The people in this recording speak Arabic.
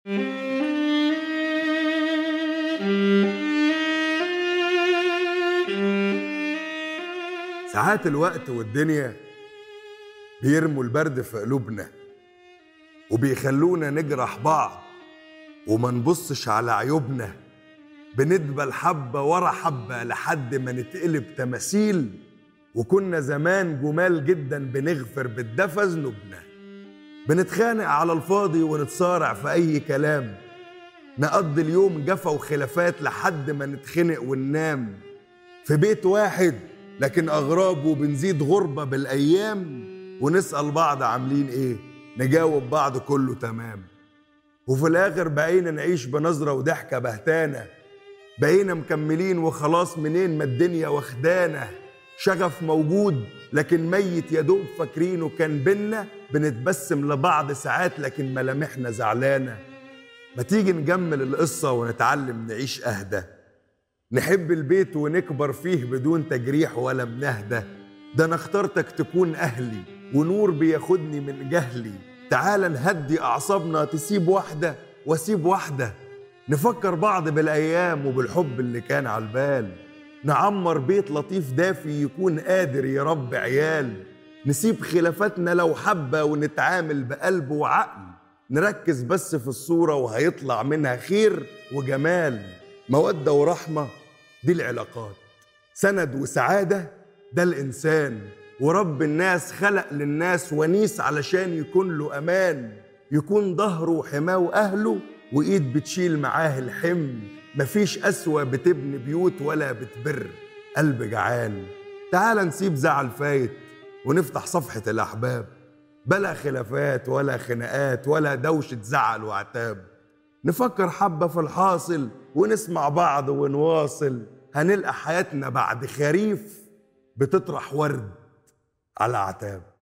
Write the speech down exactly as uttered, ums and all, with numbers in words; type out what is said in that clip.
ساعات الوقت والدنيا بيرموا البرد في قلوبنا وبيخلونا نجرح بعض وما نبصش على عيوبنا، بندبل حبة ورا حبة لحد ما نتقلب تماثيل، وكنا زمان جمال جدا بنغفر بالدفى ذنوبنا. بنتخانق على الفاضي ونتصارع في أي كلام، نقضي اليوم جفا وخلافات لحد ما نتخنق وننام في بيت واحد لكن أغراب، وبنزيد غربة بالأيام، ونسأل بعض عاملين إيه، نجاوب بعض كله تمام. وفي الآخر بقينا نعيش بنظرة وضحكة بهتانة، بقينا مكملين وخلاص منين ما الدنيا واخدانا. شغف موجود لكن ميت يدوب فاكرينه كان بينا، بنتبسم لبعض ساعات لكن ملامحنا زعلانة. ما تيجي نجمل القصة ونتعلم نعيش أهدى، نحب البيت ونكبر فيه بدون تجريح ولا منهدة. ده أنا اخترتك تكون أهلي ونور بياخدني من جهلي، تعال نهدي أعصابنا، تسيب واحدة واسيب واحدة، نفكر بعض بالأيام وبالحب اللي كان على البال، نعمر بيت لطيف دافي يكون قادر يربي عيال، نسيب خلافاتنا لو حبة ونتعامل بقلب وعقل، نركز بس في الصورة وهيطلع منها خير وجمال. مودة ورحمة دي العلاقات، سند وسعادة ده الإنسان، ورب الناس خلق للناس ونيس علشان يكون له أمان، يكون ظهره وحماه وأهله وإيد بتشيل معاه الحمل. مفيش قسوة بتبني بيوت ولا بتبر قلب جعان. تعال نسيب زعل فايت ونفتح صفحة الأحباب، بلا خلافات ولا خناقات ولا دوشة زعل وعتاب، نفكر حبة في الحاصل ونسمع بعض ونواصل، هنلقى حياتنا بعد خريف بتطرح ورد على عتاب.